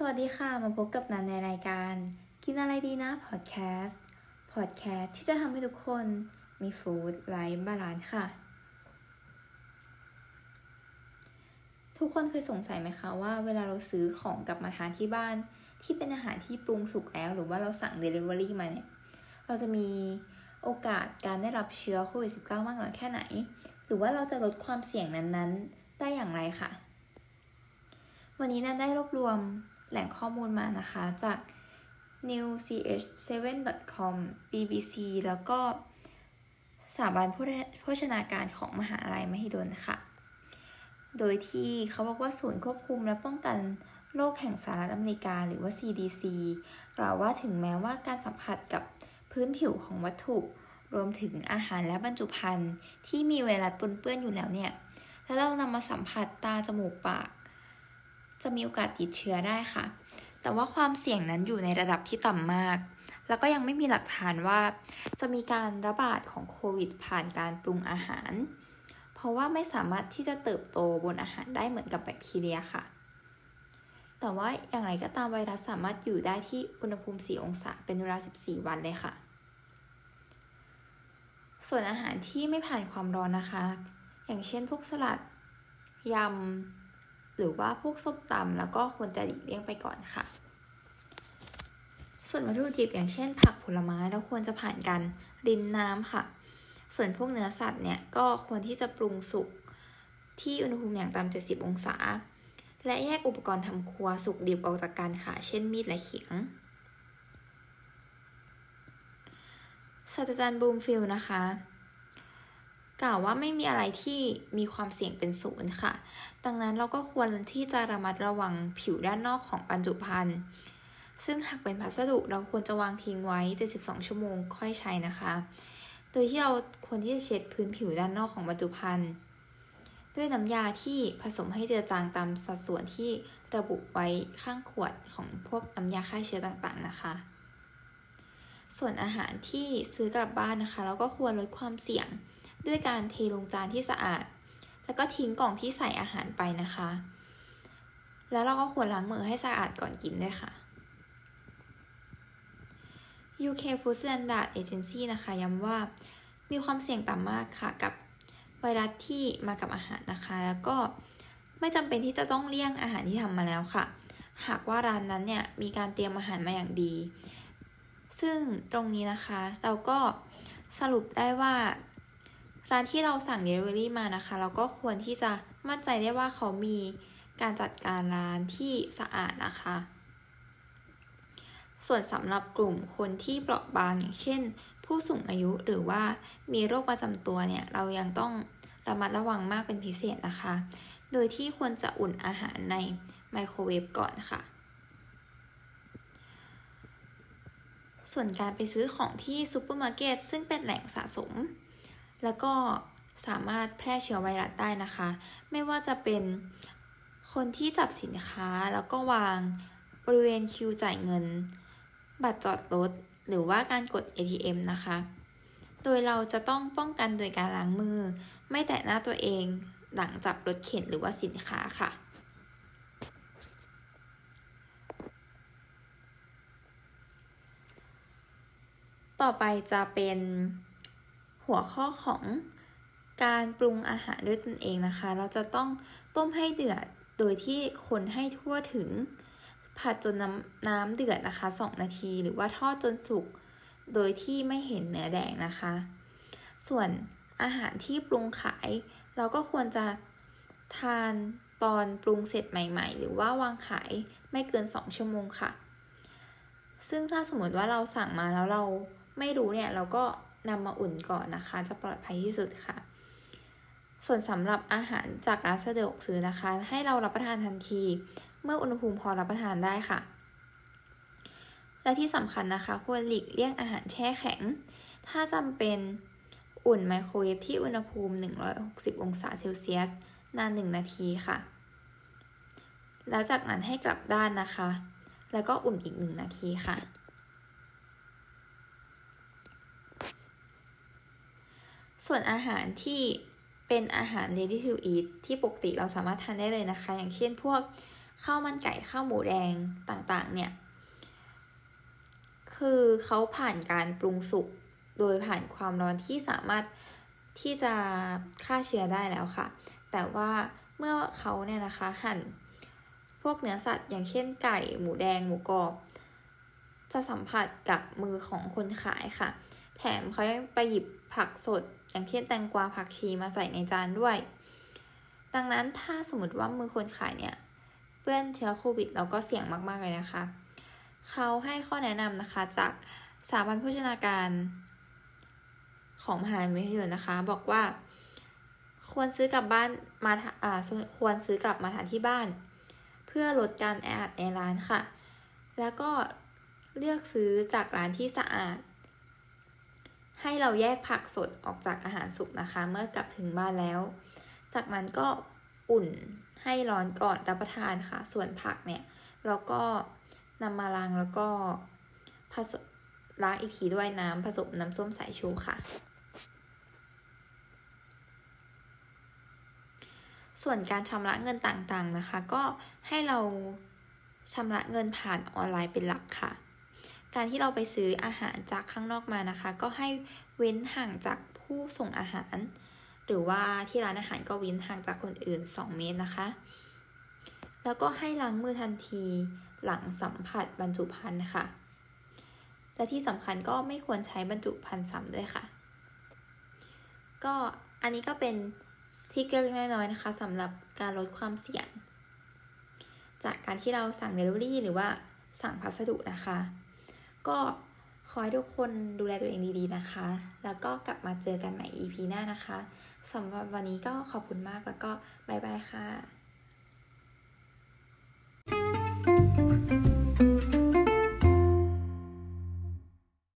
วัสดีค่ะมาพบกับนันในรายการกินอะไรดีนะพอดแคสต์ที่จะทำให้ทุกคนมีฟู้ดไลฟ์บาลานซ์ค่ะทุกคนเคยสงสัยไหมคะว่าเวลาเราซื้อของกลับมาทานที่บ้านที่เป็นอาหารที่ปรุงสุกแล้วหรือว่าเราสั่ง Delivery มาเนี่ยเราจะมีโอกาสการได้รับเชื้อโควิด -19 มากน้อยแค่ไหนหรือว่าเราจะลดความเสี่ยงนั้นๆได้อย่างไรค่ะวันนี้นันได้รวบรวมแหล่งข้อมูลมานะคะจาก newch7.com BBC แล้วก็สถาบันโภชนาการของมหาลัยมหิดลค่ะโดยที่เขาบอกว่าศูนย์ควบคุมและป้องกันโรคแห่งสหรัฐอเมริกาหรือว่า CDC กล่าวว่าถึงแม้ว่าการสัมผัสกับพื้นผิวของวัตถุรวมถึงอาหารและบรรจุภัณฑ์ที่มีไวรัสปนเปื้อนอยู่แล้วเนี่ยถ้าเรานำมาสัมผัสตาจมูกปากจะมีโอกาสติดเชื้อได้ค่ะแต่ว่าความเสี่ยงนั้นอยู่ในระดับที่ต่ำมากแล้วก็ยังไม่มีหลักฐานว่าจะมีการระบาดของโควิดผ่านการปรุงอาหารเพราะว่าไม่สามารถที่จะเติบโตบนอาหารได้เหมือนกับแบคทีเรียค่ะแต่ว่าอย่างไรก็ตามไวรัสสามารถอยู่ได้ที่อุณหภูมิ4องศาเป็นเวลา14วันเลยค่ะส่วนอาหารที่ไม่ผ่านความร้อนนะคะอย่างเช่นพวกสลัดยำหรือว่าพวกส้มตำแล้วก็ควรจะหลีกเลี่ยงไปก่อนค่ะส่วนวัตถุดิบอย่างเช่นผักผลไม้เราควรจะผ่านการรินน้ำค่ะส่วนพวกเนื้อสัตว์เนี่ยก็ควรที่จะปรุงสุกที่อุณหภูมิอย่างต่ำ70องศาและแยกอุปกรณ์ทำครัวสุกดิบออกจากกันค่ะเช่นมีดและเขียงศาสตราจารย์บลูมฟิลด์นะคะกล่าวว่าไม่มีอะไรที่มีความเสี่ยงเป็นศูนย์ค่ะดังนั้นเราก็ควรที่จะระมัดระวังผิวด้านนอกของบรรจุภัณฑ์ซึ่งหากเป็นพัสดุเราควรจะวางทิ้งไว้72ชั่วโมงค่อยใช้นะคะโดยที่เราควรที่จะเช็ดพื้นผิวด้านนอกของบรรจุภัณฑ์ด้วยน้ำยาที่ผสมให้เจือจางตามสัดส่วนที่ระบุไว้ข้างขวดของพวกน้ำยาฆ่าเชื้อต่างๆนะคะส่วนอาหารที่ซื้อกลับบ้านนะคะเราก็ควรลดความเสี่ยงด้วยการเทลงจานที่สะอาดแล้วก็ทิ้งกล่องที่ใส่อาหารไปนะคะแล้วเราก็ควรล้างมือให้สะอาดก่อนกินด้วยค่ะ UK Food Standard Agency นะคะย้ำว่ามีความเสี่ยงต่ำมากค่ะกับไวรัสที่มากับอาหารนะคะแล้วก็ไม่จำเป็นที่จะต้องเลี่ยงอาหารที่ทำมาแล้วค่ะหากว่าร้านนั้นเนี่ยมีการเตรียมอาหารมาอย่างดีซึ่งตรงนี้นะคะเราก็สรุปได้ว่าร้านที่เราสั่ง Delivery มานะคะเราก็ควรที่จะมั่นใจได้ว่าเขามีการจัดการร้านที่สะอาดนะคะส่วนสำหรับกลุ่มคนที่เปราะบางอย่างเช่นผู้สูงอายุหรือว่ามีโรคประจำตัวเนี่ยเรายังต้องระมัดระวังมากเป็นพิเศษนะคะโดยที่ควรจะอุ่นอาหารในไมโครเวฟก่อนค่ะส่วนการไปซื้อของที่ซูเปอร์มาร์เก็ตซึ่งเป็นแหล่งสะสมแล้วก็สามารถแพร่เชื้อไวรัสได้นะคะไม่ว่าจะเป็นคนที่จับสินค้าแล้วก็วางบริเวณคิวจ่ายเงินบัตรจอดรถหรือว่าการกด ATM นะคะโดยเราจะต้องป้องกันโดยการล้างมือไม่แตะหน้าตัวเองหลังจับรถเข็นหรือว่าสินค้าค่ะต่อไปจะเป็นหัวข้อของการปรุงอาหารด้วยตนเองนะคะเราจะต้องต้มให้เดือดโดยที่คนให้ทั่วถึงผัดจนน้ำเดือดนะคะ2นาทีหรือว่าทอดจนสุกโดยที่ไม่เห็นเนื้อแดงนะคะส่วนอาหารที่ปรุงขายเราก็ควรจะทานตอนปรุงเสร็จใหม่ๆหรือว่าวางขายไม่เกิน2ชั่วโมงค่ะซึ่งถ้าสมมติว่าเราสั่งมาแล้วเราไม่รู้เนี่ยเราก็นำมาอุ่นก่อนนะคะจะปลอดภัยที่สุดค่ะส่วนสำหรับอาหารจากร้านสะดวกซื้อนะคะให้เรารับประทานทันทีเมื่ออุณหภูมิพอรับประทานได้ค่ะและที่สำคัญนะคะควรหลีกเลี่ยงอาหารแช่แข็งถ้าจำเป็นอุ่นไมโครเวฟที่อุณหภูมิ160องศาเซลเซียสนาน1นาทีค่ะแล้วจากนั้นให้กลับด้านนะคะแล้วก็อุ่นอีก1นาทีค่ะส่วนอาหารที่เป็นอาหาร ready to eat ที่ปกติเราสามารถทานได้เลยนะคะอย่างเช่นพวกข้าวมันไก่ข้าวหมูแดงต่างๆเนี่ยคือเขาผ่านการปรุงสุกโดยผ่านความร้อนที่สามารถที่จะฆ่าเชื้อได้แล้วค่ะแต่ว่าเมื่อเขาเนี่ยนะคะหั่นพวกเนื้อสัตว์อย่างเช่นไก่หมูแดงหมูกรอบจะสัมผัสกับมือของคนขายค่ะแถมเขายังไปหยิบผักสดอย่างเช่นแตงกวาผักชีมาใส่ในจานด้วยดังนั้นถ้าสมมติว่ามือคนขายเนี่ยเปื้อนเชื้อโควิดเราก็เสี่ยงมากๆเลยนะคะเขาให้ข้อแนะนำนะคะจากสถาบันโภชนาการของมหาวิทยาลัยนะคะบอกว่าควรซื้อกลับบ้านมาควรซื้อกลับมาทานที่บ้านเพื่อลดการแออัดในร้านค่ะแล้วก็เลือกซื้อจากร้านที่สะอาดให้เราแยกผักสดออกจากอาหารสุกนะคะเมื่อกลับถึงบ้านแล้วจากนั้นก็อุ่นให้ร้อนก่อนรับประทานค่ะส่วนผักเนี่ยเราก็นำมาล้างแล้วก็ล้างอีกทีด้วยน้ำผสมน้ำส้มสายชูค่ะส่วนการชำระเงินต่างๆนะคะก็ให้เราชำระเงินผ่านออนไลน์เป็นหลักค่ะการที่เราไปซื้ออาหารจากข้างนอกมานะคะก็ให้เว้นห่างจากผู้ส่งอาหารหรือว่าที่ร้านอาหารก็เว้นห่างจากคนอื่น2 เมตรนะคะแล้วก็ให้ล้างมือทันทีหลังสัมผัสบรรจุภัณฑ์ค่ะและที่สำคัญก็ไม่ควรใช้บรรจุภัณฑ์ซ้ำด้วยค่ะก็อันนี้ก็เป็นทริคเล็กน้อยๆนะคะสำหรับการลดความเสี่ยงจากการที่เราสั่ง Delivery หรือว่าสั่งพัสดุนะคะก็ขอให้ทุกคนดูแลตัวเองดีๆนะคะแล้วก็กลับมาเจอกันใหม่ EP หน้านะคะสำหรับวันนี้ก็ขอบคุณมากแล้วก็บ๊ายบายค่ะ